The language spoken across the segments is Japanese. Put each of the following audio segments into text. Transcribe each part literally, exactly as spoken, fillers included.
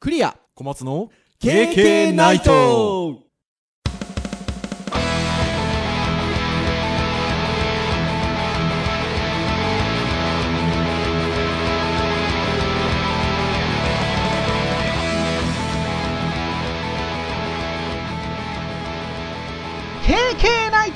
クリア小松の ケーケー ナイト。 ケーケー ナイト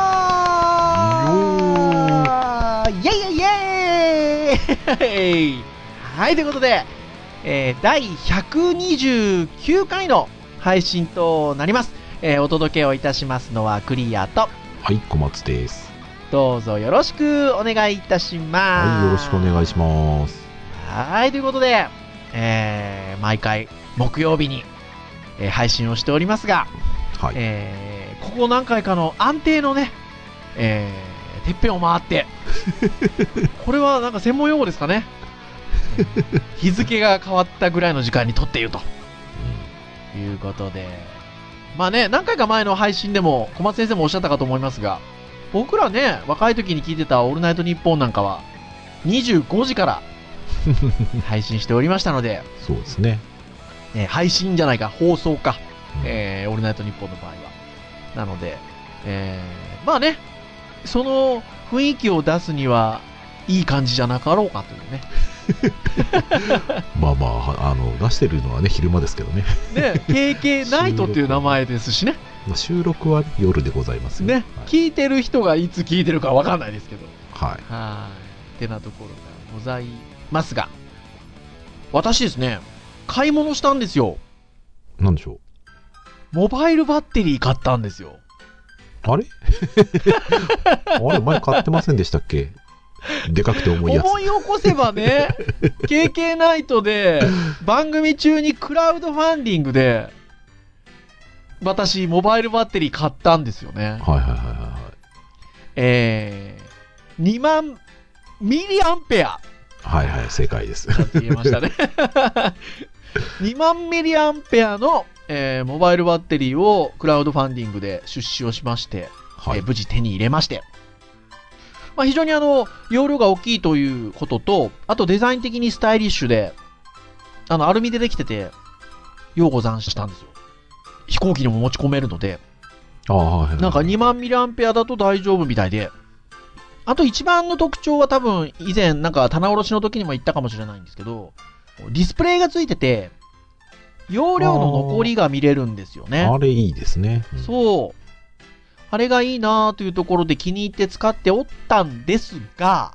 ーイェイイェイイェイはい、ということで、えー、だいひゃくにじゅうきゅうかいの配信となります。えー、お届けをいたしますのはクリアと、 はい、小松です。 どうぞよろしくお願いいたします。 はい、よろしくお願いします。 はい、ということで、えー、毎回木曜日に、えー、配信をしておりますが、 はい、 えー、ここ何回かの安定のね、えー、てっぺんを回ってこれはなんか専門用語ですかね日付が変わったぐらいの時間に撮っていると、うん、いうことで、まあね、何回か前の配信でも小松先生もおっしゃったかと思いますが、僕らね、若い時に聞いてたオールナイトニッポンなんかはにじゅうごじから配信しておりましたのでそうですね、 ね、配信じゃないか、放送か、うん、えー、オールナイトニッポンの場合はなので、えー、まあね、その雰囲気を出すにはいい感じじゃなかろうかというねまあまあ、あの出してるのはね昼間ですけどねね、ケーケー ナイトっていう名前ですしね収録は夜でございますよね、 はい、 聞いてる人がいつ聞いてるかわかんないですけど、 はい、 はいってなところがございますが、私ですね、買い物したんですよ。 なんでしょう、モバイルバッテリー買ったんですよ。 あれあれ前買ってませんでしたっけ？でかくて重いやつ。 思い起こせばねケーケー ナイトで番組中にクラウドファンディングで私モバイルバッテリー買ったんですよね。 はいはいはいはい。 えー、にまんミリアンペア。 はいはい、正解です。 言えましたねにまんミリアンペアの、えー、モバイルバッテリーをクラウドファンディングで出資をしまして、はい、えー、無事手に入れまして、まあ、非常にあの容量が大きいということと、あとデザイン的にスタイリッシュで、あのアルミでできててようござんしたんですよ。飛行機にも持ち込めるので、 あ、はいはい、 なんかにまんミリアンペアだと大丈夫みたいで、あと一番の特徴は多分以前なんか棚卸しの時にも言ったかもしれないんですけど、ディスプレイがついてて容量の残りが見れるんですよね。 あ, あれいいですね、 うん、そうあれがいいなというところで気に入って使っておったんですが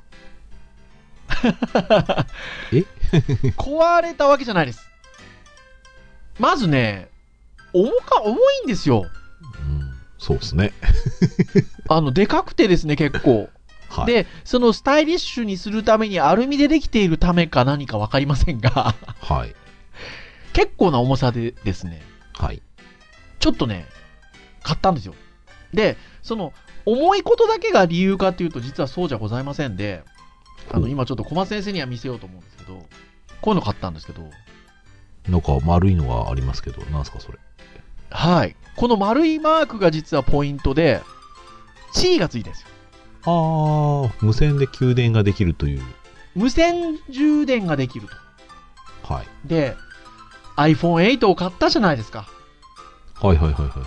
え壊れたわけじゃないです。まずね、重か重いんですよ、 うん、そうですねあのでかくてですね、結構はい、でそのスタイリッシュにするためにアルミでできているためか何か分かりませんが、 はい、 結構な重さでですね、 はい、 ちょっとね買ったんですよ。でその重いことだけが理由かというと実はそうじゃございませんで、あの今ちょっと小松先生には見せようと思うんですけど、こういうの買ったんですけど、 なんか丸いのがありますけど、なんですかそれ。 はい、この丸いマークが実はポイントで、地位がついてるんですよ。 ああ、無線で給電ができるという。 無線充電ができると。 はい。 で アイフォンエイト を買ったじゃないですか。 はいはいはいはいはい。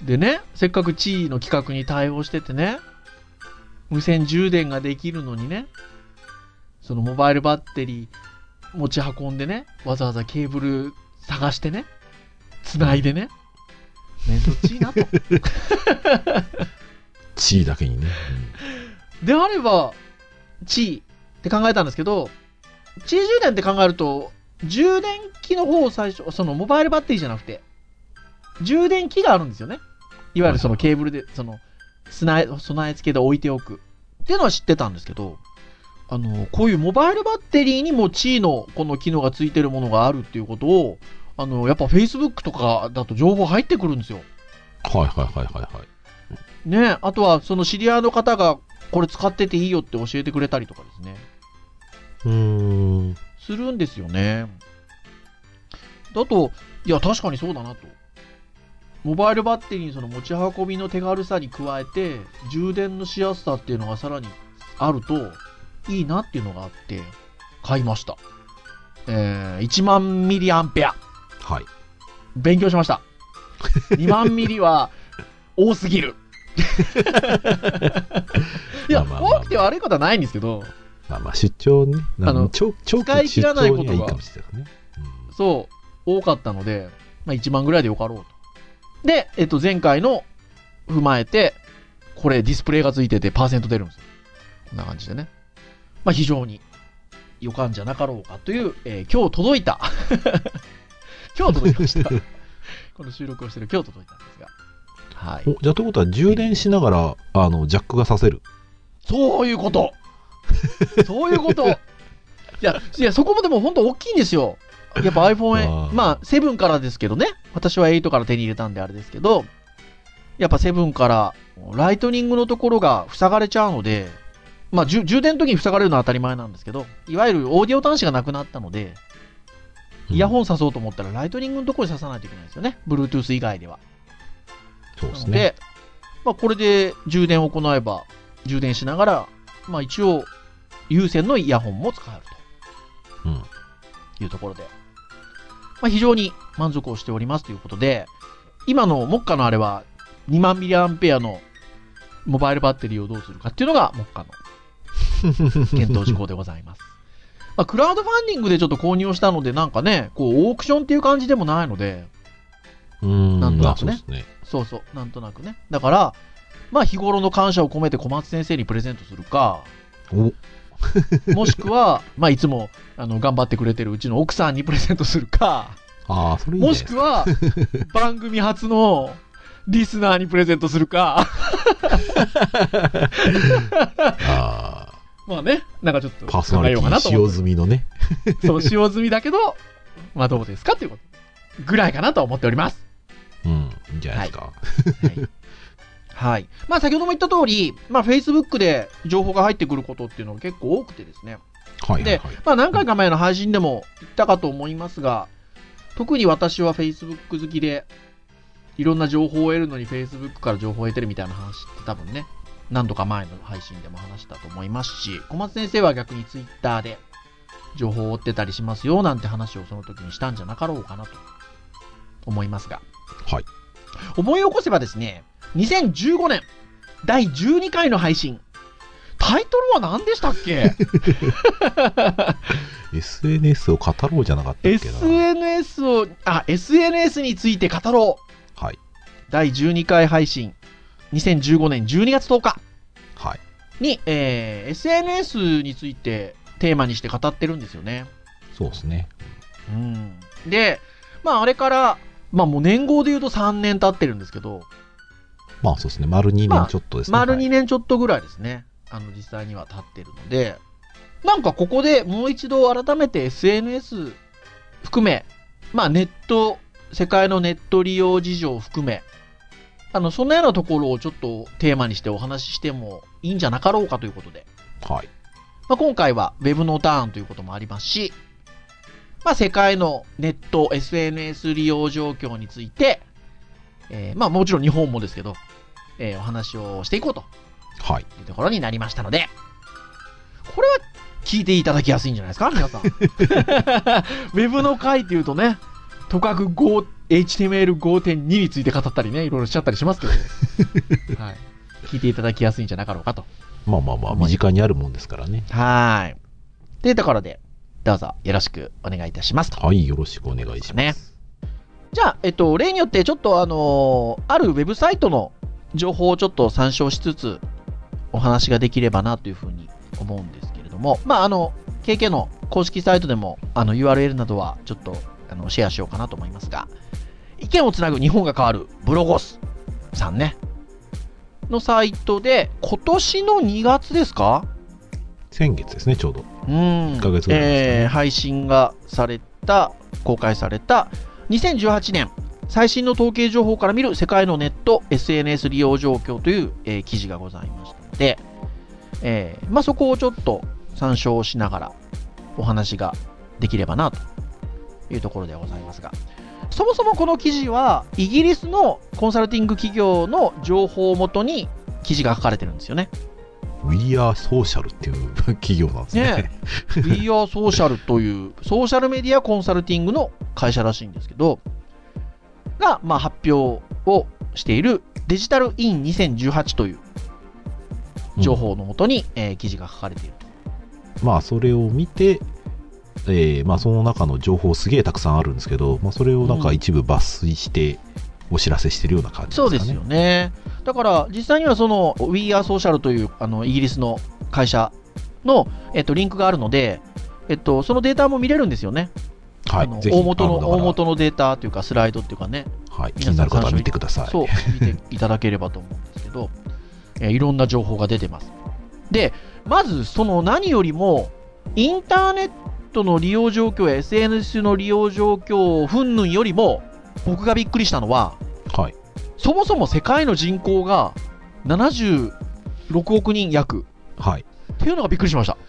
でね、せっかく地位の規格に対応しててね、無線充電ができるのにね、そのモバイルバッテリー持ち運んでね、わざわざケーブル探してね、繋いでね、めんどっちいなと地位だけにね、 うん、であれば地位って考えたんですけど、地位充電って考えると充電器の方を最初、そのモバイルバッテリーじゃなくて充電器があるんですよね。いわゆるそのケーブルでその備え、備え付けで置いておくっていうのは知ってたんですけど、あのこういうモバイルバッテリーにも地位のこの機能がついてるものがあるっていうことを、あのやっぱ Facebook とかだと情報入ってくるんですよ。 はいはいはいはいはいね。あとはその知り合いの方がこれ使ってていいよって教えてくれたりとかですね、 うーんするんですよね。だといや確かにそうだなと、モバイルバッテリーにその持ち運びの手軽さに加えて充電のしやすさっていうのがさらにあるといいなっていうのがあって買いました。えー、いちまんミリアンペアはい。 勉強しました。にまんミリは多すぎる。いや、 まあまあまあ多くて悪いことはないんですけど、 まあまあ出張ね、 あの長長使い期出切らないことが張にはいいかもしれないね。 そう多かったので、まあ、いちまんぐらいでよかろうと。で、えっと、前回の踏まえて、これディスプレイがついててパーセント出るんですよ。こんな感じでね。まあ、非常に予感じゃなかろうかという、えー今日届いた。今日届きました。この収録をしてる今日届いたんですが。はい。 おじゃあということは充電しながらあのジャックがさせる。 そういうことそういうこといや、いや、そこもでも本当大きいんですよ。やっぱ iPhone、 あーまあ、セブンからですけどね。私はエイトから手に入れたんであれですけど、やっぱセブンからライトニングのところが塞がれちゃうので、まあ、充充電の時に塞がれるのは当たり前なんですけど、いわゆるオーディオ端子がなくなったので、イヤホン挿そうと思ったらライトニングのところに挿さないといけないんですよね。Bluetooth 以外では。 そうですね。 なので、まあ、これで充電を行えば、充電しながら、まあ、一応、有線のイヤホンも使えるうん。 というところで、まあ、非常に満足をしておりますということで、今の目下のあれはにまんミリアンペアのモバイルバッテリーをどうするかっていうのが目下の検討事項でございます。まあ、クラウドファンディングでちょっと購入をしたので、なんかね、こうオークションっていう感じでもないので、 うーん。 なんとなくねあそうですね。 そうそう、なんとなくね。だから、まあ日頃の感謝を込めて小松先生にプレゼントするか、 おもしくは、まあいつもあの頑張ってくれてるうちの奥さんにプレゼントするか、 ああ、それいいね。 もしくは番組初のリスナーにプレゼントするか、 あまあね、なんかちょっとーパーソナリテ考えようかなとィ使用思って。 済みのね。 そう、使用済みだけど、まあどうですかっていうことぐらいかなと思っております。 うん。いいんじゃないですか。 はい。はい。まあ先ほども言った通り、まあ Facebook で情報が入ってくることっていうのが結構多くてですね。ではいはいはい。、 まあ何回か前の配信でも言ったかと思いますが、特に私は Facebook 好きで、いろんな情報を得るのに Facebook から情報を得てるみたいな話って多分ね、何度か前の配信でも話したと思いますし、小松先生は逆に Twitter で情報を追ってたりしますよなんて話をその時にしたんじゃなかろうかなと思いますが、 はい。 思い起こせばですね、にせんじゅうごねんだいじゅうにかいの配信、タイトルは何でしたっけ？ エスエヌエス を語ろうじゃなかったっけな。 エスエヌエス を、あ、エスエヌエス について語ろう。 はい。 だいじゅうにかい配信、にせんじゅうごねんじゅうにがつとおかはい。 に、えー エスエヌエス についてテーマにして語ってるんですよね。 そうですね。 うん。で、まああれから、まあもう年号で言うとさんねん経ってるんですけど、 まあそうですね。丸にねんちょっとですね。 丸にはいねんちょっとぐらいですね。あの実際には経ってるので、なんかここでもう一度改めて エスエヌエス 含め、まあネット、世界のネット利用事情を含め、あの、そんなようなところをちょっとテーマにしてお話ししてもいいんじゃなかろうかということで、 はい。 まあ、今回は Web のターンということもありますし、まあ世界のネット、エスエヌエス 利用状況について、えーまあもちろん日本もですけど、えーお話をしていこうとはい。 いうところになりましたので、これは聞いていただきやすいんじゃないですか、皆さん。ウェブの回っていうとね、とかく ごエイチティーエムエルごてんに について語ったりね、いろいろしちゃったりしますけど、はい、聞いていただきやすいんじゃなかろうかと。 まあまあまあ、身近にあるもんですからね。 はい。というところで、どうぞよろしくお願いいたしますと。 はい。よろしくお願いしまねす。 じゃあ、えっと、例によってちょっとあのーあるウェブサイトの情報をちょっと参照しつつ、お話ができればなというふうに思うんですけれども、まあ、あの、ケーケー の公式サイトでも、あの、ユーアールエル などはちょっと、あの、シェアしようかなと思いますが、意見をつなぐ日本が変わるブロゴスさんね、のサイトで、今年のにがつですか？ 先月ですね、ちょうど。 うん。 いっかげつぐらいですかねえー配信がされた、公開された、にせんじゅうはちねん、最新の統計情報から見る世界のネット エスエヌエス 利用状況という、えー記事がございましたので、えーまあ、そこをちょっと参照しながらお話ができればなというところでございますが、そもそもこの記事はイギリスのコンサルティング企業の情報をもとに記事が書かれてるんですよね。 We Are Social っていう企業なんですね。 ねWe Are Social というソーシャルメディアコンサルティングの会社らしいんですけど、が、まあ、発表をしているデジタルインにせんじゅうはちという情報のもとに、うんえー、記事が書かれていると。 まあそれを見て、えーまあ、その中の情報すげえたくさんあるんですけど、まあ、それをなんか一部抜粋してお知らせしてるような感じですかね。 そうですよね。だから実際にはその We Are Social というあのイギリスの会社の、えっと、リンクがあるので、えっと、そのデータも見れるんですよね。 はい、 あのぜひ大元のあのだから大元のデータというかスライドっていうかね、 はい、気になる方は見てください。 そう見ていただければと思うんですけど、えー、いろんな情報が出てます。でまずその何よりもインターネットの利用状況や エスエヌエス の利用状況云々よりも僕がびっくりしたのは、 はい、 そもそも世界の人口がななじゅうろくおくにん約、 はい、 っていうのがびっくりしました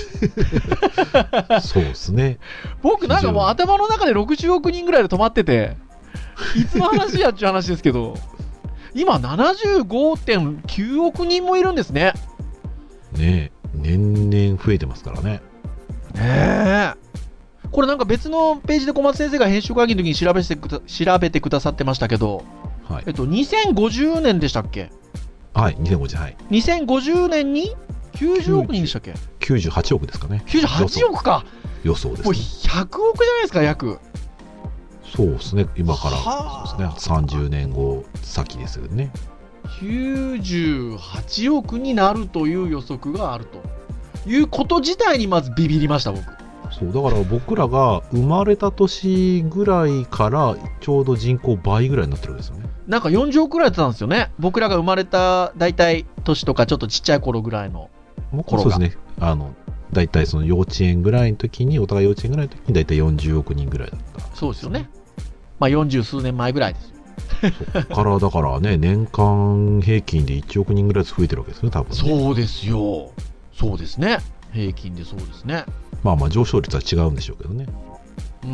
そうですね。 僕なんかもう頭の中でろくじゅうおくにんぐらいで止まってて、いつの話やっちゅう話ですけど今 ななじゅうごてんきゅうおくにんもいるんですね。 ねえ、年々増えてますからね。 ねえ、これなんか別のページで小松先生が編集会議の時に調べてくだ、調べてくださってましたけど、 はいえっと、にせんごじゅうねんでしたっけ。 はい、にせんごじゅう、はい、 にせんごじゅうねんにきゅうじゅうおくにんでしたっけ。 きゅうじゅうはちおくですかね。 きゅうじゅうはちおくか。 予想ですね。 もうひゃくおくじゃないですか、約。 そうですね、今からはあ、 そうですね、さんじゅうねんご先ですよね。 きゅうじゅうはちおくになるという予測があるということ自体にまずビビりました、僕。 そうだから僕らが生まれた年ぐらいからちょうど人口倍ぐらいになってるんですよね。 なんかよんじゅうおくぐらいだったんですよね、僕らが生まれた大体年とかちょっとちっちゃい頃ぐらいの頃が。 そうですね、あの大体その幼稚園ぐらいの時に、お互い幼稚園ぐらいの時に大体よんじゅうおくにんぐらいだった、ね、 そうですよね。まあよんじゅう数年前ぐらいですよ。 そこからだからね、年間平均でいちおくにんぐらい増えてるわけですね、多分ね。 そうですよ。そうですね。平均でそうですね。 まあまあ上昇率は違うんでしょうけどね。 うん。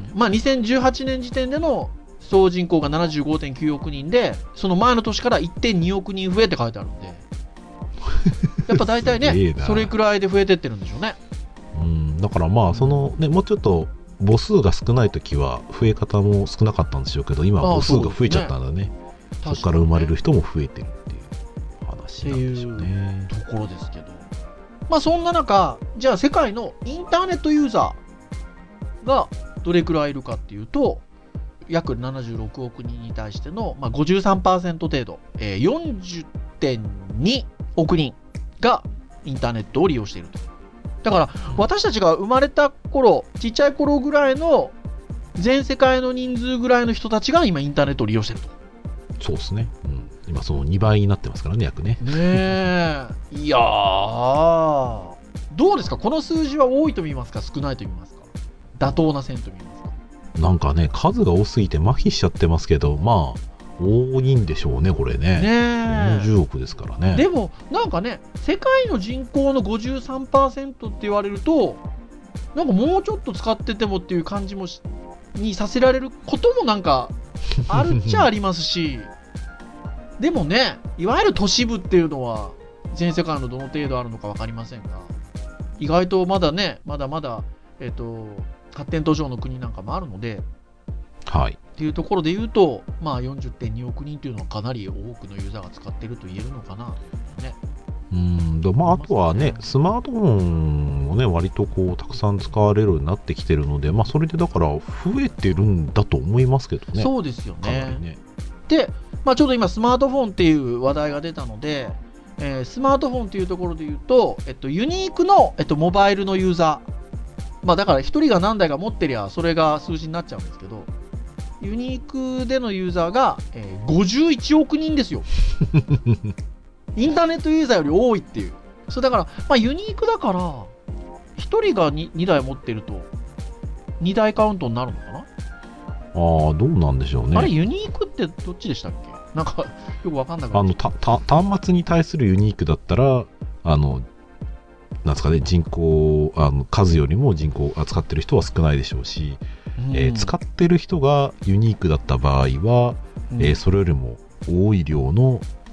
まあにせんじゅうはちねん時点での総人口が ななじゅうごてんきゅうおくにんで、その前の年から いってんにおくにん増えって書いてあるんで、やっぱ大体ね、それくらいで増えてってるんでしょうね。 うん、だからまあそのね、もうちょっと母数が少ない時は増え方も少なかったんでしょうけど、今は母数が増えちゃったんだね。そこから生まれる人も増えてるっていう話なんでしょうね。 ところですけど、まあそんな中、じゃあ世界のインターネットユーザーがどれくらいいるかっていうと、約ななじゅうろくおくにんに対しての、まあ、ごじゅうさんパーセント 程度、えー、よんじゅってんにおくにんがインターネットを利用していると。だから私たちが生まれた頃、ちっちゃい頃ぐらいの全世界の人数ぐらいの人たちが今インターネットを利用していると。 そうですね、うん、今そのにばいになってますからね、約ね。 ねえ、いやー、どうですか、この数字は多いと見ますか、少ないと見ますか、妥当な線と見ますか。 なんかね、数が多すぎて麻痺しちゃってますけど、まあ多いんでしょうね、これね。 ねよんじゅうおくですからね。 でもなんかね、世界の人口の ごじゅうさんパーセント って言われると、なんかもうちょっと使っててもっていう感じもしにさせられることもなんかあるっちゃありますしでもね、いわゆる都市部っていうのは全世界のどの程度あるのか分かりませんが、意外とまだね、まだまだ、えっと、発展途上の国なんかもあるので、 はい、 っていうところで言うと、まあ、よんじゅってんにおくにんというのはかなり多くのユーザーが使っていると言えるのかなと、ね。 うんだ、まあ、あとはね、スマートフォンをね、割とこうたくさん使われるようになってきてるので、まあ、それでだから増えてるんだと思いますけどね。 そうですよね。 かなりね。 で、まあ、ちょうど今スマートフォンっていう話題が出たので、えー、スマートフォンっていうところで言うと、えっと、ユニークの、えっと、モバイルのユーザー、まあ、だからひとりが何台か持ってりゃそれが数字になっちゃうんですけど、ユニークでのユーザーが、えー、ごじゅういちおくにんですよ。インターネットユーザーより多いっていう。そうだから、まあ、ユニークだからひとりが 2, にだい持ってるとにだいカウントになるのかな。 ああ、どうなんでしょうね。 あれユニークってどっちでしたっけ、なんかよく分かんなくなあのっちゃたた端末に対するユニークだったら、あのなんですかね、人口あの数よりも人口を扱ってる人は少ないでしょうし、 う、 えー使ってる人がユニークだった場合は、 うんえーそれよりも多い量の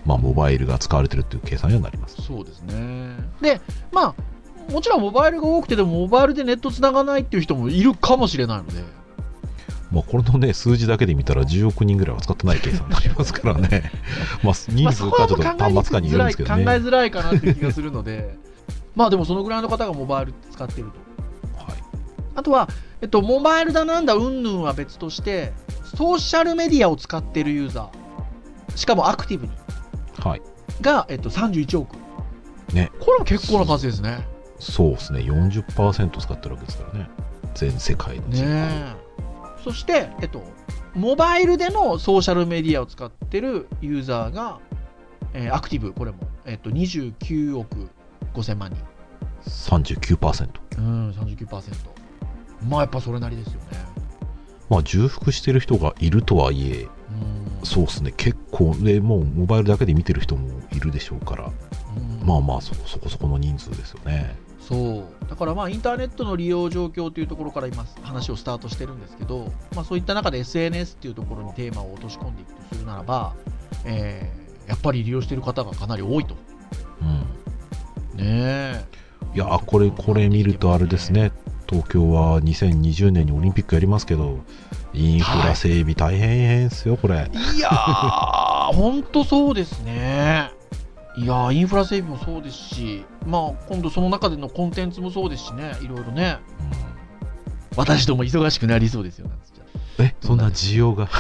まあ、モバイルが使われてるっていう計算にはなります。 そうですね。で、まあ、もちろんモバイルが多くてでもモバイルでネットつながないっていう人もいるかもしれないので、 まあ、これのね、数字だけで見たらじゅうおくにんぐらいは使ってない計算になりますからね。まあ、人数かちょっと端末かによるんですけどね。 考えづらいかなっていう気がするので、まあでもそのぐらいの方がモバイル使っていると。 はい。 あとは、えっと、モバイルだなんだうんぬんは別として、ソーシャルメディアを使っているユーザー、しかもアクティブに、 はい。 が、えっと、さんじゅういちおく。 ね。 これは結構な数ですね。 そうですね。よんじゅっパーセント 使ってるわけですからね。全世界の人口。 ねえ。そして、えっと、モバイルでのソーシャルメディアを使ってるユーザーが、えーアクティブ、これも、えっと、にじゅうきゅうおくごせんまんにん。 さんじゅうきゅうパーセント。 うん、さんじゅうきゅうパーセント。まあ、やっぱそれなりですよね。 まあ、重複してる人がいるとはいえ、 うん、 そうですね。結構、でもうモバイルだけで見てる人もいるでしょうから、 うんまあまあそ、そこそこの人数ですよね。 そうだからまあインターネットの利用状況というところから今話をスタートしてるんですけど、まあ、そういった中で エスエヌエス っていうところにテーマを落とし込んでいくとするならば、えーやっぱり利用している方がかなり多いと。 うん。 ねえ。 いや、これ、これ見るとあれですね。東京はにせんにじゅうねんにオリンピックやりますけど、インフラ整備大変ですよ、これ。 いやー、ほんとそうですね。いやー、インフラ整備もそうですし、まあ、今度その中でのコンテンツもそうですしね、いろいろね。私ども忙しくなりそうですよ、なんつっちゃうえ、そんな需要が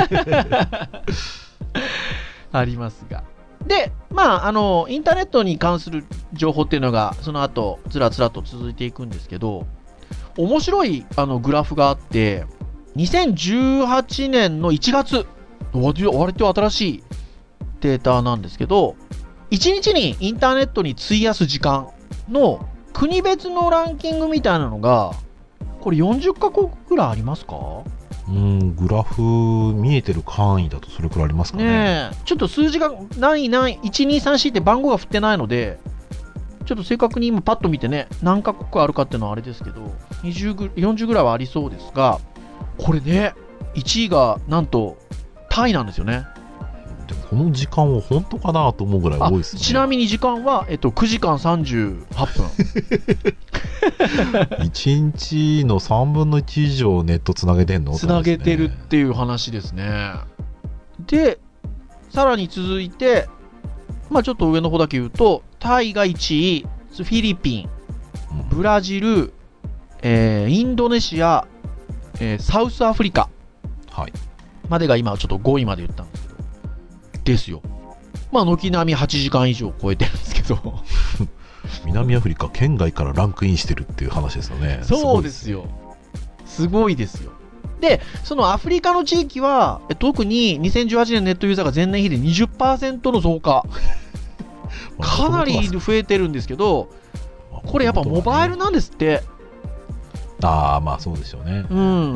ありますが。で、まあ、あの、インターネットに関する情報っていうのが、その後、つらつらと続いていくんですけど、面白いあのグラフがあって、にせんじゅうはちねんのいちがつ、割と新しいデータなんですけど、いちにちにインターネットに費やす時間の国別のランキングみたいなのが、これよんじゅっかこくくらいありますか？ うん、グラフ見えてる範囲だとそれくらいありますかね。 ねえ、ちょっと数字が何位何位いちにさんしって番号が振ってないので、ちょっと正確に今パッと見てね、何カ国あるかっていうのはあれですけど、にじゅうぐよんじゅうぐらいはありそうですが、これね、いちいがなんとタイなんですよね。 でもこの時間は本当かなと思うぐらい多いですね。 ちなみに時間は、えっと、くじかんさんじゅうはっぷん。 いちにちのさんぶんのいち以上ネットつなげてんの？ つなげてるっていう話ですね。で、さらに続いて、まあちょっと上の方だけ言うと、タイがいちい、フィリピン、ブラジル、えーインドネシア、えーサウスアフリカはいまでが今ちょっとごいまで言ったんですけど、ですよ。まあ軒並みはちじかん以上超えてるんですけど。 南アフリカ県外からランクインしてるっていう話ですよね。 そうですよ。すごいですよ。で、そのアフリカの地域は、え特ににせんじゅうはちねんネットユーザーが前年比で にじゅっパーセント の増加。かなり増えてるんですけど、これやっぱモバイルなんですって。 ああ、まあそうですよね。 うん、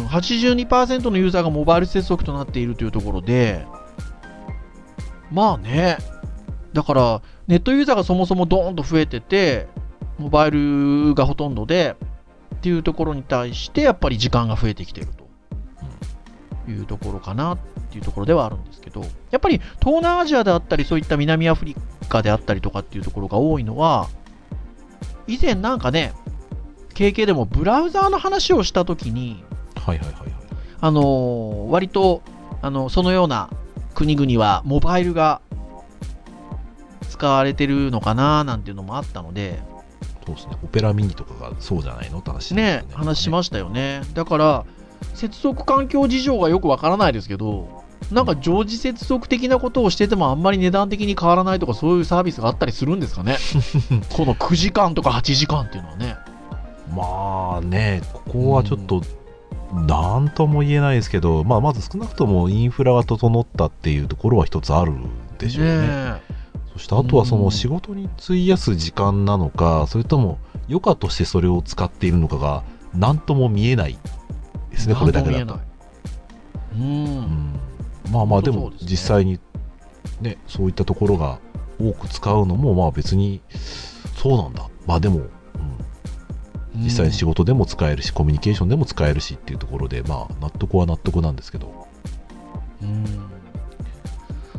はちじゅうにパーセント のユーザーがモバイル接続となっているというところで、まあね、だからネットユーザーがそもそもドーンと増えてて、モバイルがほとんどでっていうところに対してやっぱり時間が増えてきているというところかなっていうところではあるんですけど、やっぱり東南アジアであったりそういった南アフリカであったりとかっていうところが多いのは、以前なんかね、ケーケー でもブラウザーの話をしたときに、 はいはいはいはい。 あのー割とあのそのような国々はモバイルが使われてるのかななんていうのもあったので、 そうですね。オペラミニとかがそうじゃないのって話ですよね、話しましたよね。だから接続環境事情がよくわからないですけど、なんか常時接続的なことをしててもあんまり値段的に変わらないとか、そういうサービスがあったりするんですかね。このくじかんとかはちじかんっていうのはね。 まあね、ここはちょっと何とも言えないですけど、まあ、まず少なくともインフラが整ったっていうところは一つあるでしょうね。 ねそしてあとはその仕事に費やす時間なのか、それとも余暇としてそれを使っているのかが何とも見えないですね、これだけだと。 うん、 うんまあまあでも実際にね、そういったところが多く使うのもまあ別にそうなんだ。まあでも、うん実際に仕事でも使えるし、コミュニケーションでも使えるしっていうところで、まあ納得は納得なんですけど。 うん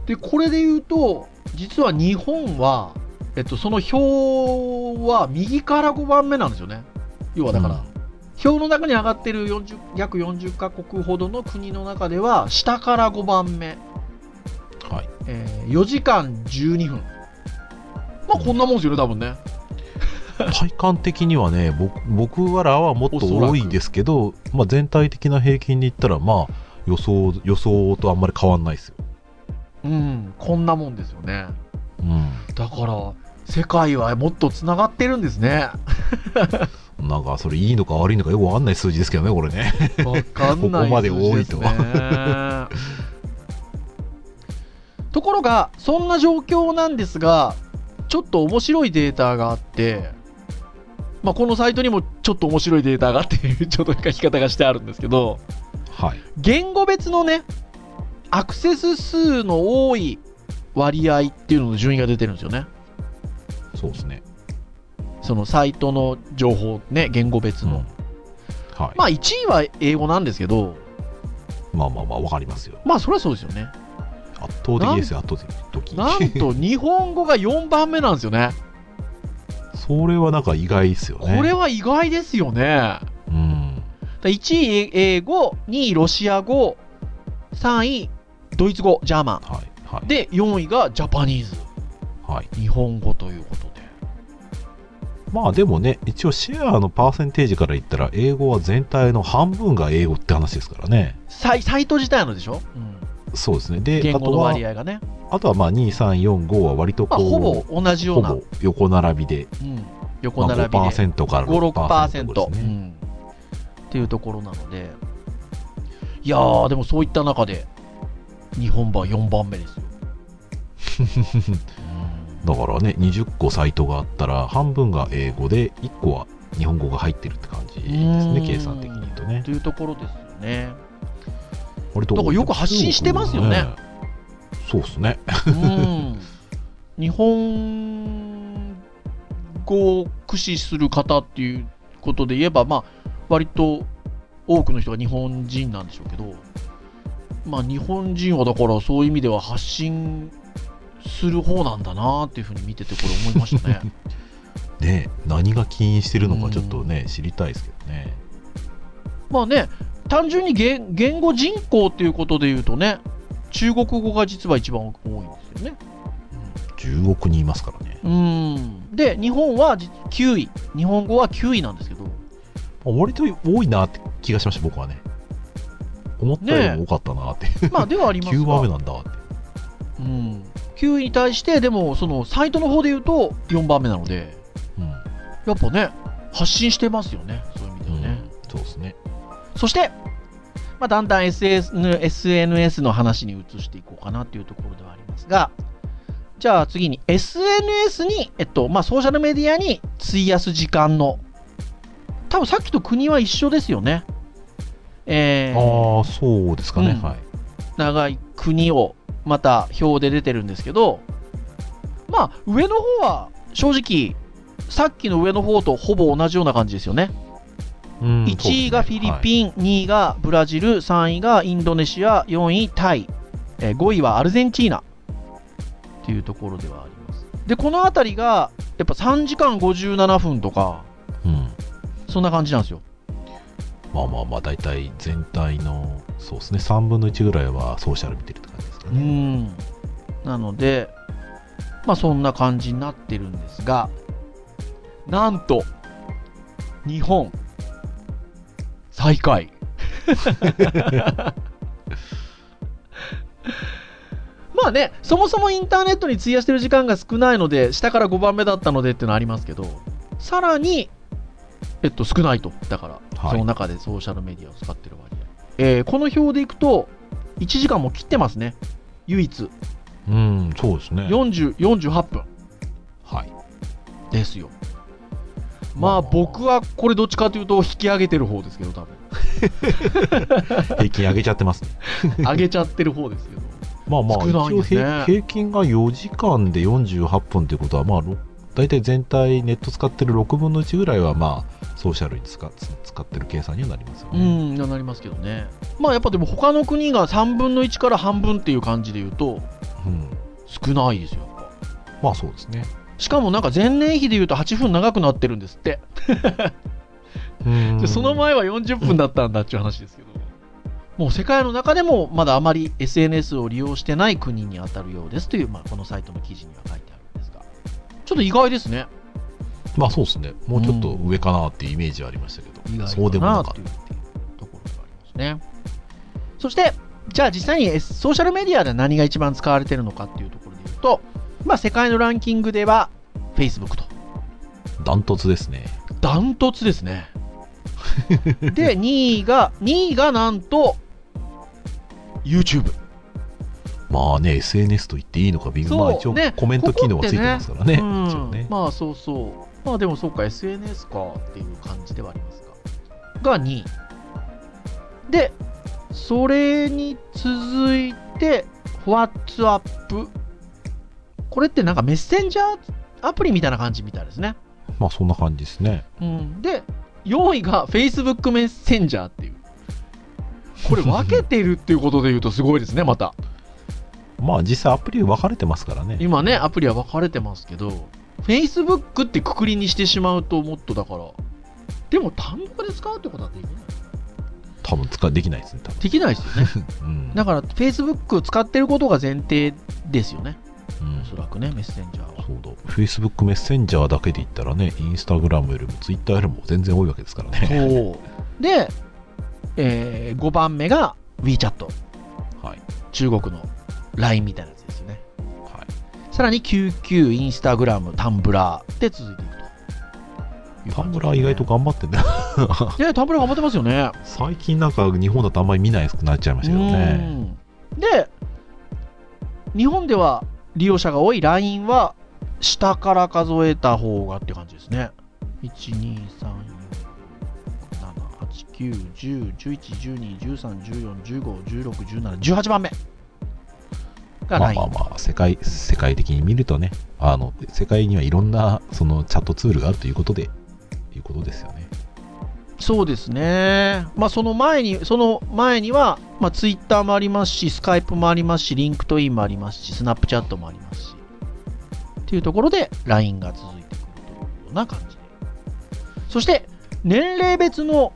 でこれで言うと実は日本は、えっと、その表は右からごばんめなんですよね。要はだから、うん、表の中に上がってるよんじゅう約よんじゅっかこくほどの国の中では下からごばんめ、 はい、 えー、よじかんじゅうにふん、まあこんなもんですよね多分ね。 体感的にはね、僕僕らはもっと多いですけど、まあ、全体的な平均で言ったらまあ予想予想とあんまり変わんないですよ。 うん、こんなもんですよね。 うん、 だから世界はもっとつながってるんですね。 なんかそれいいのか悪いのかよく分かんない数字ですけどねこれね。 分かんない数字ですね。ここまで多いとは。ところがそんな状況なんですが、ちょっと面白いデータがあって、まあ、このサイトにもちょっと面白いデータがあっていうちょっと書き方がしてあるんですけど、 はい、 言語別のねアクセス数の多い割合っていうのの順位が出てるんですよね。 そうですね。 そのサイトの情報ね、言語別の、うん、はい、まあいちいは英語なんですけど、 まあまあまあ分かりますよ。 まあそれはそうですよね。 圧倒的ですよ、圧倒的。 なんと日本語がよんばんめなんですよね。 それはなんか意外ですよね。 これは意外ですよね。 うん。 だいちい英語、にいロシア語、さんいドイツ語、ジャーマン、 はいはい、 でよんいがジャパニーズ、 はい、 日本語ということで。 まあでもね、一応シェアのパーセンテージから言ったら英語は全体の半分が英語って話ですからね。 サイ、サイト自体のでしょ、うん、 そうですね。で言語の割合がね、 あとはまあに、さん、よん、ごは割とこう、まあ、 ほぼ同じような、 ほぼ横並びで、 うん、横並びで、 まあ、ごパーセントからろくパーセントですね、 うん、っていうところなので、いやーでもそういった中で日本はよんばんめですよ。 だからね、にじゅっこサイトがあったら半分が英語でいっこは日本語が入ってるって感じですね、計算的に言うとね。 というところですよね。 割とだからよく発信してますよね。ね、 そうですね。 うん、日本語を駆使する方っていうことで言えば、まあ割と多くの人が日本人なんでしょうけど、まあ日本人はだからそういう意味では発信する方なんだなっていうふうに見ててこれ思いましたね。 ね、何が起因してるのかちょっとね、知りたいですけどね。 まあね、単純に 言, 言語人口っていうことでいうとね、中国語が実は一番多いんですよね。 じゅうおくにんいますからね。 うん。で日本はきゅうい、日本語はきゅういなんですけど、 割と多いなって気がしました、僕はね。思ったよりも多かったなって、ね、 まあではありますがきゅうばんめなんだって、 うん、きゅういに対してでもそのサイトの方で言うとよんばんめなので、うん、やっぱね発信してますよね、そういう意味ではね、 うん、そうですね。 そして、まあ、だんだん エスエヌエス の話に移していこうかなっていうところではありますが、じゃあ次に エスエヌエス に、えっとまあ、ソーシャルメディアに費やす時間の、多分さっきと国は一緒ですよね。えー、ああそうですかね、うん、はい。 長い国をまた表で出てるんですけど、まあ上の方は正直さっきの上の方とほぼ同じような感じですよね。うん、いちいがフィリピン、はい、にいがブラジル、さんいがインドネシア、よんいタイ、えー、ごいはアルゼンチーナっていうところではあります。でこの辺りがやっぱさんじかんごじゅうななふんとか、うん、そんな感じなんですよ。 まあまあまあ大体全体のそうですねさんぶんのいちぐらいはソーシャル見てるって感じですかね。 うんなのでまあそんな感じになってるんですが、なんと日本最下位まあね、そもそもインターネットに費やしてる時間が少ないので下からごばんめだったのでっていうのはありますけど、さらにえっと少ないと、だから、はい、その中でソーシャルメディアを使ってる割合、えー、この表でいくといちじかんも切ってますね、唯一。 うんそうですね、 よんじゅう、よんじゅうはっぷんはいですよ。まあ僕はこれどっちかというと引き上げてる方ですけど、多分平均上げちゃってますね上げちゃってる方ですけど、 まあまあ、ね、一応平均がよじかんでよんじゅうはっぷんってことは、まあ大体全体ネット使ってるろくぶんのいちぐらいはまあソーシャルに使使ってる計算にはなりますよね。 うんなりますけどね。まあやっぱでも他の国がさんぶんのいちから半分っていう感じで言うと、 うん、 少ないですよやっぱ。 まあそうですね。 しかもなんか前年比でいうとはちふん長くなってるんですってでその前はよんじゅっぷんだったんだっていう話ですけど、もう世界の中でもまだあまり エスエヌエス を利用してない国に当たるようですという、まあ、このサイトの記事には書いてあるんですが、ちょっと意外ですね。 まあそうですね。もうちょっと上かなっていうイメージはありましたけど、 意外そうでもなかったというところがありますね。そしてじゃあ実際にソーシャルメディアで何が一番使われているのかっていうところで言うと、まあ、世界のランキングでは Facebook とダントツですね。 ダントツですねでにいがにいがなんと YouTube。 まあね エスエヌエス と言っていいのか微妙、まあ、一応コメント機能がついてますからね、 ここってね、 一応ね、 うん、まあそうそう、まあでもそうか エスエヌエス かっていう感じではありますががにいで、それに続いて WhatsApp、 これってなんかメッセンジャーアプリみたいな感じみたいですね。 まあそんな感じですね、 うん、でよんいが Facebook メッセンジャーっていう、これ分けてるっていうことで言うとすごいですね。またまあ実際アプリ分かれてますからね。 今ねアプリは分かれてますけど Facebook ってくくりにしてしまうともっとだから、でも単独で使うってことはできない、 多分使できないですね多分できないですよね、うん、だから Facebook 使ってることが前提ですよね、うん、おそらくねメッセンジャーは。 そうだ Facebook メッセンジャーだけで言ったらね、インスタグラムよりも Twitter よりも全然多いわけですからね。 そうで、えー、ごばんめが WeChat、 はい、 中国の ライン みたいなやつですよね、 はい、 さらに キューキュー、インスタグラム、タンブラーで続いていくと、ね、タンブラー意外と頑張ってんだよいやタンブラー頑張ってますよね。 最近なんか日本だとあんまり見ないくなっちゃいましたけどね。 で日本では利用者が多い ライン は下から数えた方がって感じですね。いち、に、さん、よん、なな、はち、きゅう、じゅう、じゅういち、じゅうに、じゅうさん、じゅうよん、じゅうご、じゅうろく、じゅうなな、じゅうはちばんめが ライン。 まあまあまあ世界世界的に見るとね、あの世界にはいろんなそのチャットツールがあるということでいうことですよね。 そうですね。まあその前にその前には、まあ、Twitter もありますし、Skype もありますし、LinkedIn もありますし、Snapchat もありますしっていうところで ライン が続いてくるというような感じで、そして年齢別の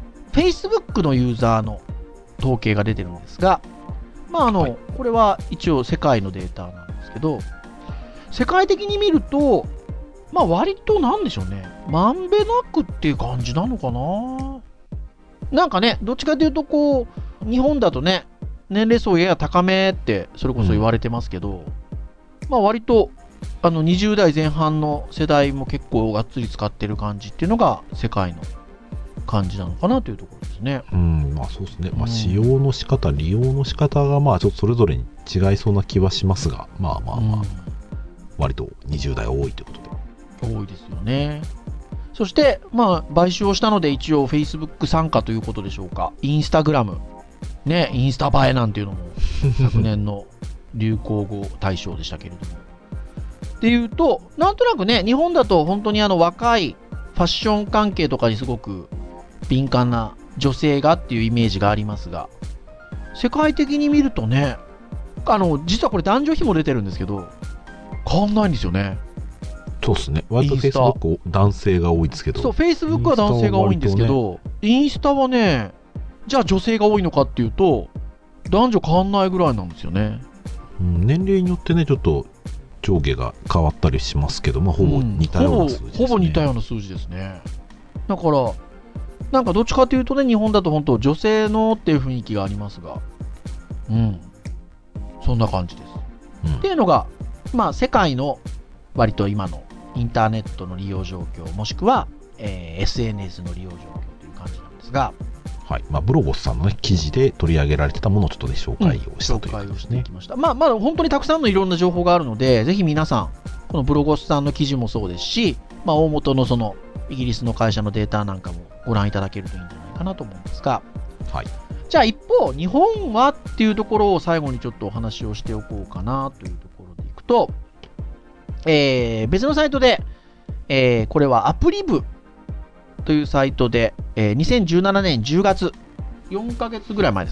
Facebook のユーザーの統計が出てるんですが、まああの、はい、これは一応世界のデータなんですけど、世界的に見るとまあ割となんでしょうね、まんべなくっていう感じなのかな。なんかね、どっちかというとこう日本だとね年齢層やや高めってそれこそ言われてますけど、うん、まあ割とあのにじゅう代前半の世代も結構がっつり使ってる感じっていうのが世界の感じなのかなというところですね。 うん、まあそうですね。まあ使用の仕方、うん、利用の仕方がまあちょっとそれぞれに違いそうな気はしますが、まあまあまあ、うん、割とにじゅう代多いということで。 多いですよね。そしてまあ買収をしたので一応 Facebook 傘下ということでしょうか。インスタグラムね、インスタ映えなんていうのも昨年の流行語大賞でしたけれども。っていうと、なんとなくね、日本だと本当にあの若いファッション関係とかにすごく敏感な女性がっていうイメージがありますが、世界的に見るとね、あの実はこれ男女比も出てるんですけど変わんないんですよね。 そうですね。割と Facebook 男性が多いですけど、 そう Facebook は男性が多いんですけど、インスタはね、じゃあ女性が多いのかっていうと男女変わんないぐらいなんですよね。 うん、年齢によってねちょっと上下が変わったりしますけど、まあ、ほぼ似たような数字ですね、 うん、ほぼ、ほぼ似たような数字ですね。だからなんかどっちかというとね、日本だと本当女性のっていう雰囲気がありますが、うんそんな感じです、うん、っていうのがまあ世界の割と今のインターネットの利用状況もしくは、えー、エスエヌエス の利用状況という感じなんですが、 はい、まあ、ブロゴスさんの、ね、記事で取り上げられてたものをちょっと、ね、紹介をしたということですね。紹介をしていきました。まあ、まだ本当にたくさんのいろんな情報があるので、ぜひ皆さんこのブロゴスさんの記事もそうですし、まあ、大元のそのイギリスの会社のデータなんかもご覧いただけるといいんじゃないかなと思うんですが、 はい、 じゃあ一方日本はっていうところを最後にちょっとお話をしておこうかなというところでいくと、えー、別のサイトで、えー、これはアプリ部というサイトで、えー、にせんじゅうななねんじゅうがつよんかげつぐらい前ですか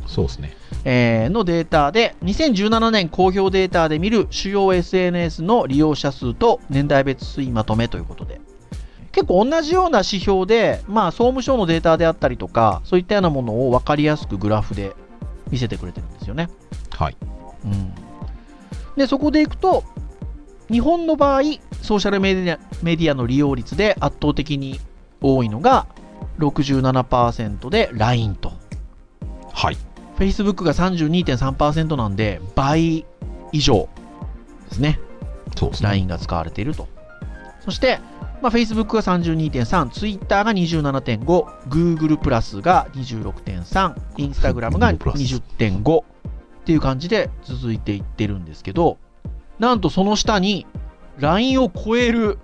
そうですね。 えーのデータで、にせんじゅうななねん公表データで見る主要 エスエヌエス の利用者数と年代別推移まとめということで、結構同じような指標で、まあ、総務省のデータであったりとか、そういったようなものを分かりやすくグラフで見せてくれてるんですよね。 はい。 うん、でそこでいくと、日本の場合、ソーシャルメディア、メディアの利用率で圧倒的に多いのが ろくじゅうななパーセント で ライン と。 はい。 Facebook が さんじゅうにてんさんパーセント なんで、倍以上ですね。 そうですね。 ライン が使われていると。そして、まあ、Facebook が さんじゅうにてんさん、Twitter が にじゅうななてんご、Google プラスが にじゅうろくてんさん、Instagram が にじゅってんご っていう感じで続いていってるんですけど、なんとその下に ライン を超える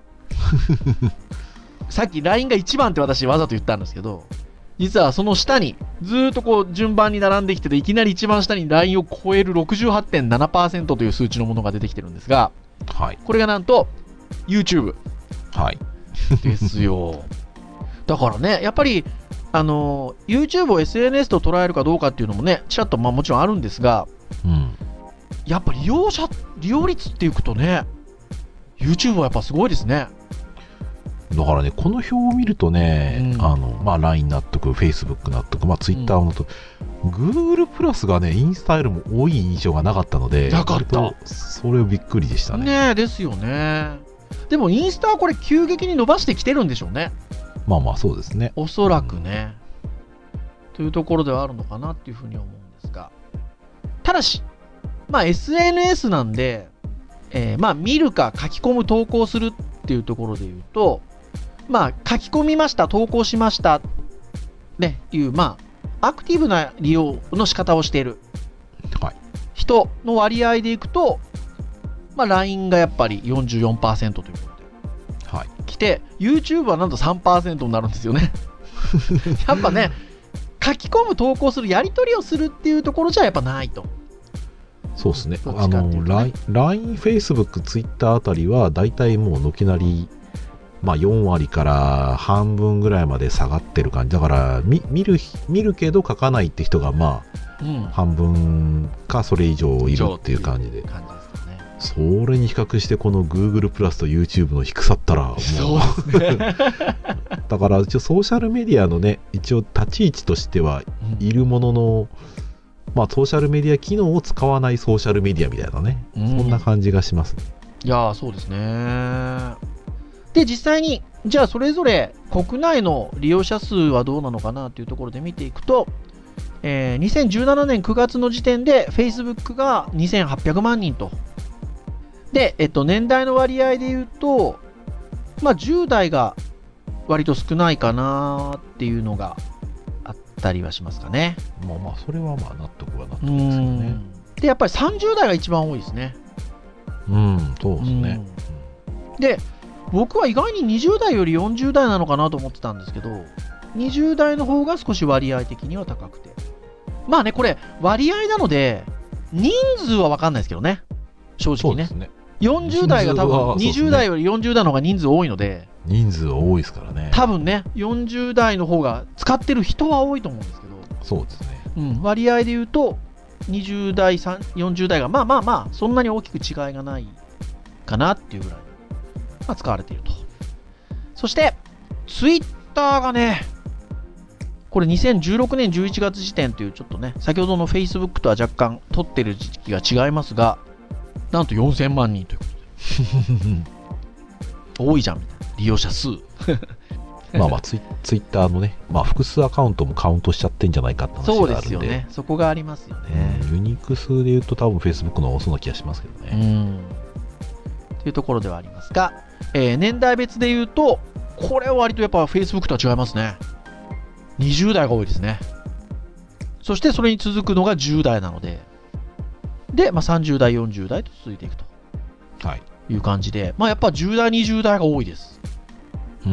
さっき ライン がいちばんって私わざと言ったんですけど、実はその下にずーっとこう順番に並んできてて、いきなり一番下に ライン を超える ろくじゅうはちてんななパーセント という数値のものが出てきてるんですが、 はい。 これがなんと YouTube はい。 ですよ。だからね、やっぱりあの YouTube を エスエヌエス と捉えるかどうかっていうのもね、ちらっとまあもちろんあるんですが、 うん。 やっぱり利用者利用率っていくとね、 YouTube はやっぱすごいですね。 だからね、この表を見るとね、 うん、 あの、まあ、ライン 納得、Facebook 納得、まあ、Twitter も納得、うん、Google プラスがね、インスタよりも多い印象がなかったので、 なかった。 それをびっくりでしたね。 ねえ、ですよね。でも、インスタはこれ、急激に伸ばしてきてるんでしょうね。 まあまあ、そうですね。 おそらくね。うん、というところではあるのかなっていうふうに思うんですが。ただし、まあ、エスエヌエス なんで、えー、まあ、見るか書き込む、投稿するっていうところで言うと、まあ、書き込みました、投稿しました、ね、いう、まあ、アクティブな利用の仕方をしている人の割合でいくと、まあ、ライン がやっぱり よんじゅうよんパーセント ということで、はい、来て、YouTube はなんと さんパーセント になるんですよね。やっぱね、書き込む、投稿する、やり取りをするっていうところじゃやっぱないと。 そうですね。あの、ライン、Facebook、Twitter あたりは、だいたいもう軒なり、まあ、よん割から半分ぐらいまで下がってる感じだから、見、見る見るけど書かないって人がまあ、うん、半分かそれ以上いるっていう感じで、感じですね。それに比較してこの Google プラスと YouTube の低さったらもうそうですね。 だから一応ソーシャルメディアのね、一応立ち位置としてはいるものの、うん、まあソーシャルメディア機能を使わないソーシャルメディアみたいなね、うん、そんな感じがしますね。 いやー、そうですね。で、実際に、じゃあそれぞれ国内の利用者数はどうなのかなというところで見ていくと、えー、にせんじゅうななねんくがつの時点で Facebook がにせんはっぴゃくまんにんと。で、えっと、年代の割合で言うと、まあ、じゅう代が割と少ないかなっていうのがあったりはしますかね。 まあまあ、それはまあ納得は納得ですよね。 で、やっぱりさんじゅう代が一番多いですね。 うん、そうですね。 で、僕は意外ににじゅう代よりよんじゅう代なのかなと思ってたんですけど、にじゅう代の方が少し割合的には高くて。まあね、これ、割合なので、人数は分かんないですけどね。正直ね。そうですね。よんじゅう代が多分、にじゅう代よりよんじゅう代の方が人数多いので。 人数は多いですからね。 多分ね、よんじゅう代の方が使ってる人は多いと思うんですけど。 そうですね。 うん、割合で言うと、にじゅう代、よんじゅう代が、まあまあまあ、そんなに大きく違いがないかなっていうぐらい。まあ、使われていると。そして、ツイッターがね、これにせんじゅうろくねんじゅういちがつ時点というちょっとね、先ほどの Facebook とは若干取ってる時期が違いますが、なんとよんせんまんにんということで。多いじゃんみたいな。利用者数。 まあまあツイ、ツイッターのね、まあ複数アカウントもカウントしちゃってんじゃないかって話があるんで。そうですよね。 そこがありますよね。 ユニーク数で言うと多分 Facebook の方がそうな気がしますけどね。 うんというところではありますが、えー、年代別で言うと、これは割とやっぱ Facebook とは違いますね。にじゅう代が多いですね。そしてそれに続くのがじゅう代なので、で、まあ、さんじゅう代、よんじゅう代と続いていくと、はい、いう感じで、まあ、やっぱじゅう代、にじゅう代が多いです。うん、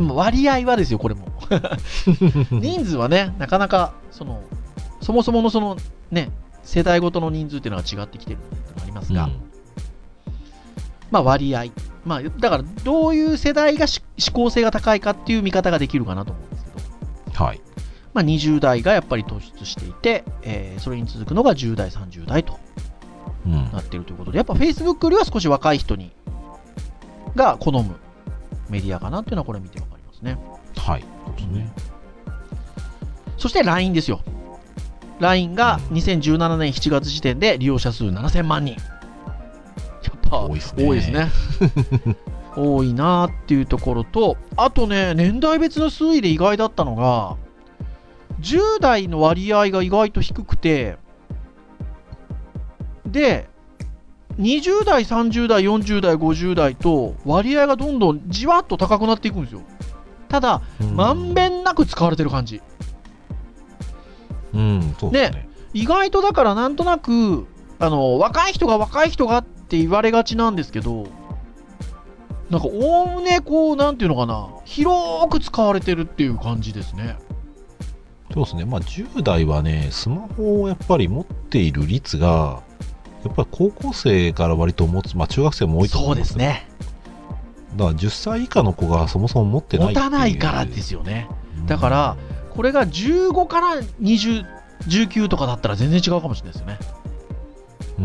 割合はですよ、これも。人数はね、なかなかその、そもそものその、ね、世代ごとの人数っていうのが違ってきてるのもありますが、うん、まあ割合、まあ、だからどういう世代が指向性が高いかっていう見方ができるかなと思うんですけど、はい、 まあ、にじゅう代がやっぱり突出していて、えー、それに続くのがじゅう代、さんじゅう代となっているということで、やっぱ Facebook よりは少し若い人にが好むメディアかなっていうのはこれ見てわかりますね。 はい、そうですね。 そして ライン ですよ。ライン がにせんじゅうななねんしちがつ時点で利用者数ななせんまんにん。やっぱ多いですね。多いですね。多いなっていうところと、あとね、年代別の推移で意外だったのが、じゅう代の割合が意外と低くて、で、にじゅう代、さんじゅう代、よんじゅう代、ごじゅう代と割合がどんどんじわっと高くなっていくんですよ。ただ、まんべんなく使われてる感じ。 うん、そうですね。 で、意外とだからなんとなく、あの、若い人が若い人がって言われがちなんですけど、なんかおおむねこう、なんていうのかな、広く使われてるっていう感じですね。 そうですね。まあじゅう代はね、スマホをやっぱり持っている率が、やっぱり高校生から割と持つ、まあ中学生も多いと思うんです。 そうですね。 だからじゅっさい以下の子がそもそも持ってないっていう。 持たないからですよね。だから、これがじゅうごからにじゅう、じゅうきゅうとかだったら全然違うかもしれないですよね。 うん、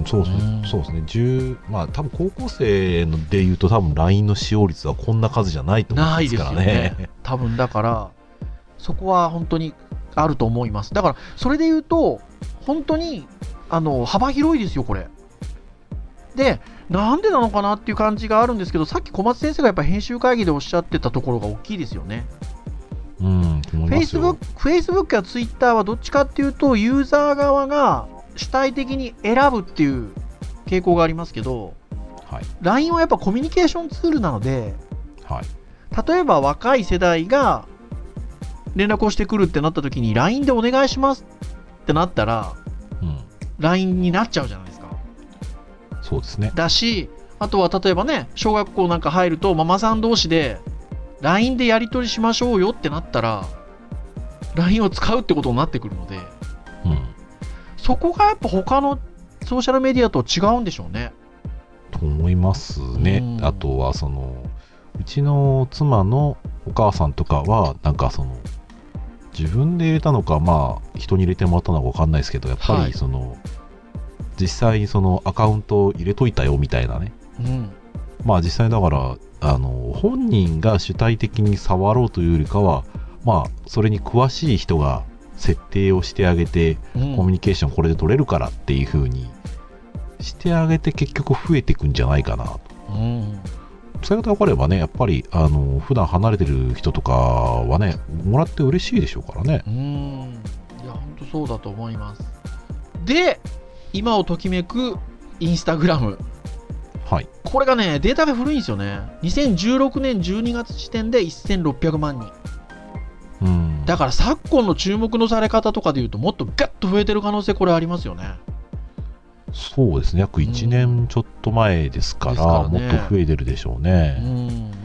そうですね。そうですね。じゅう、まあ多分高校生ので言うと多分 ライン の使用率はこんな数じゃないと思うんですからね。ないですよね。 多分だから、そこは本当にあると思います。だから、それで言うと、本当に、あの、幅広いですよ、これ。で、なんでなのかなっていう感じがあるんですけど、さっき小松先生がやっぱ編集会議でおっしゃってたところが大きいですよね。 うん、思いますよ。 Facebook、Facebook や Twitter はどっちかっていうと、ユーザー側が主体的に選ぶっていう傾向がありますけど、 はい、 ライン はやっぱコミュニケーションツールなので、 はい、 例えば若い世代が連絡をしてくるってなった時に ライン でお願いしますってなったら、うん、ライン になっちゃうじゃないですか。 そうですね。 だし、あとは例えばね、小学校なんか入るとママさん同士で ライン でやり取りしましょうよってなったら ライン を使うってことになってくるので、うん、そこがやっぱ他のソーシャルメディアと違うんでしょうね。 と思いますね。うん、あとはそのうちの妻のお母さんとかはなんかその自分で入れたのか、まあ人に入れてもらったのか分かんないですけど、やっぱりその、はい、実際にそのアカウントを入れといたよみたいなね、うん、まあ実際だからあの本人が主体的に触ろうというよりかは、まあそれに詳しい人が設定をしてあげて、うん、コミュニケーションこれで取れるからっていう風にしてあげて結局増えていくんじゃないかなと。うん、それが分かればね、やっぱりあの普段離れてる人とかはね、もらって嬉しいでしょうからね。 うん、いや本当そうだと思います。で、今をときめくインスタグラム、はい、これがねデータが古いんですよね。にせんじゅうろくねんじゅうにがつ時点でせんろっぴゃくまんにん。うん、だから昨今の注目のされ方とかでいうともっとガッと増えてる可能性これありますよね。 そうですね、約いちねんちょっと前ですから、うん、もっと増えてるでしょうね。 うん、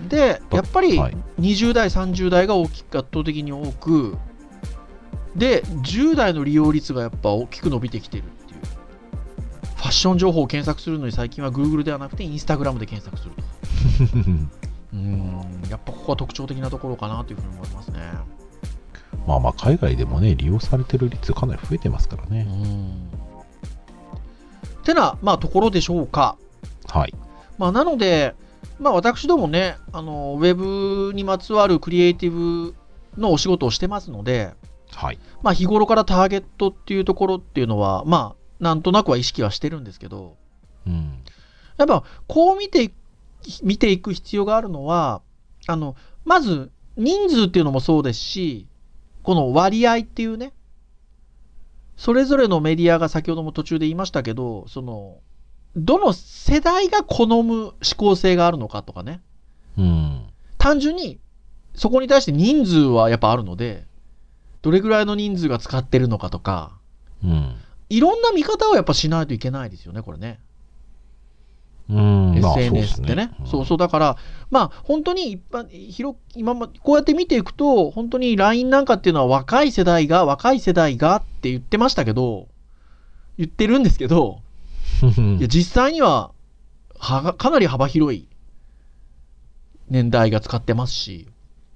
でやっぱりにじゅう代さんじゅう代が大きく圧倒的に多くで、じゅう代の利用率がやっぱ大きく伸びてきてるっていう。ファッション情報を検索するのに最近は Google ではなくて Instagram で検索するとうーん、やっぱここは特徴的なところかなというふうに思いますね。 まあまあ海外でもね利用されてる率かなり増えてますからね。うんてな、まあ、ところでしょうか。 はい。 まあ、なので、まあ、私どもね、あのウェブにまつわるクリエイティブのお仕事をしてますので、 はい。 まあ、日頃からターゲットっていうところっていうのは、まあ、なんとなくは意識はしてるんですけど、うん、やっぱこう見て見ていく必要があるのは、あのまず人数っていうのもそうですし、この割合っていうね、それぞれのメディアが先ほども途中で言いましたけど、そのどの世代が好む思考性があるのかとかね、うん、単純にそこに対して人数はやっぱあるので、どれぐらいの人数が使ってるのかとか、うん、いろんな見方をやっぱしないといけないですよね、これね。うん、エスエヌエス ってね、まあ、そうですね、うん、そうそうだからまあ本当に一般広今まこうやって見ていくと、本当に ライン なんかっていうのは若い世代が若い世代がって言ってましたけど、言ってるんですけどいや実際にははかなり幅広い年代が使ってますし、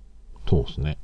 そうですね。 うん。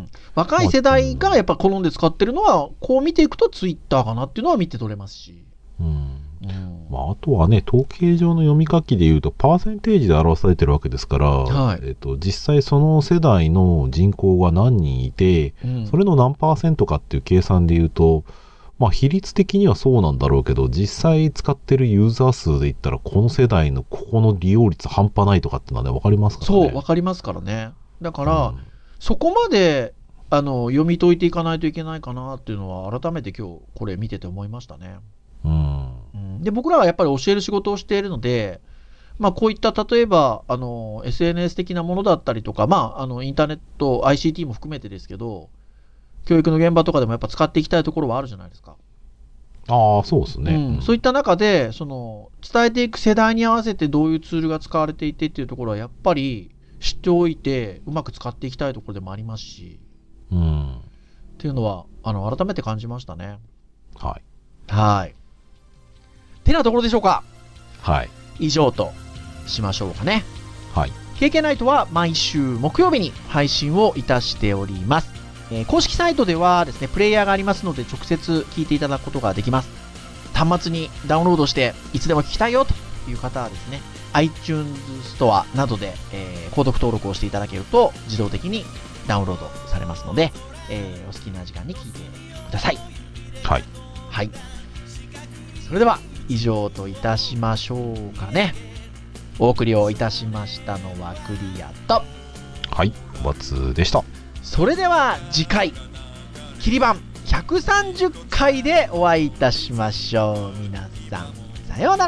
若い世代がやっぱ好んで使ってるのは、こう見ていくとツイッターかなっていうのは見て取れますし。 うん。 うん、 まあ、あとはね、統計上の読み書きでいうと、パーセンテージで表されてるわけですから、 はい、 えっと、実際その世代の人口が何人いて、うん、それの何パーセントかっていう計算でいうと、まあ、比率的にはそうなんだろうけど、実際使ってるユーザー数で言ったら、この世代のここの利用率半端ないとかってのはね、分かりますからね。 そう、分かりますからね。だから、うん、そこまであの読み解いていかないといけないかなっていうのは、改めて今日これ見てて思いましたね。 うんうん、で僕らはやっぱり教える仕事をしているので、まあ、こういった例えばあの エスエヌエス 的なものだったりとか、まあ、あのインターネット アイシーティー も含めてですけど、教育の現場とかでもやっぱ使っていきたいところはあるじゃないですか。 ああ、そうですね、 うん、そういった中でその伝えていく世代に合わせてどういうツールが使われていてっていうところはやっぱり知っておいてうまく使っていきたいところでもありますし、 うん、 っていうのはあの改めて感じましたね。 はいはいてなところでしょうか。 はい。 以上としましょうかね。 はい。 ケーケー ナイトは毎週木曜日に配信をいたしております。えー、公式サイトではですね、プレイヤーがありますので直接聞いていただくことができます。端末にダウンロードしていつでも聞きたいよという方はですね、iTunes ストアなどで、えー、購読登録をしていただけると自動的にダウンロードされますので、えー、お好きな時間に聞いてください。 はい。 はい。それでは以上といたしましょうかね。お送りをいたしましたのはクリアと、 はい、バツでした。 それでは次回切り版ひゃくさんじゅっかいでお会いいたしましょう。皆さんさような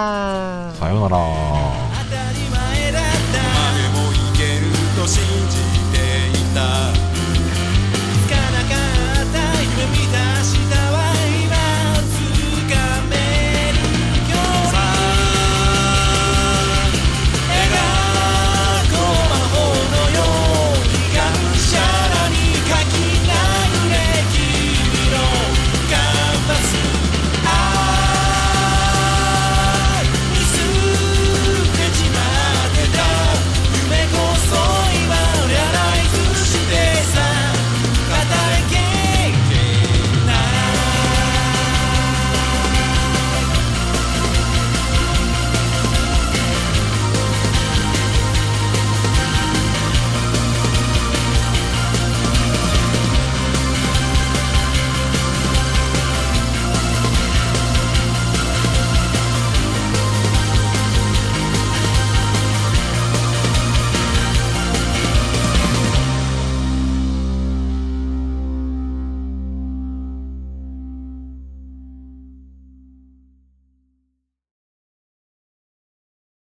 ら。 さようなら。 当たり前だったまでもいけると信じ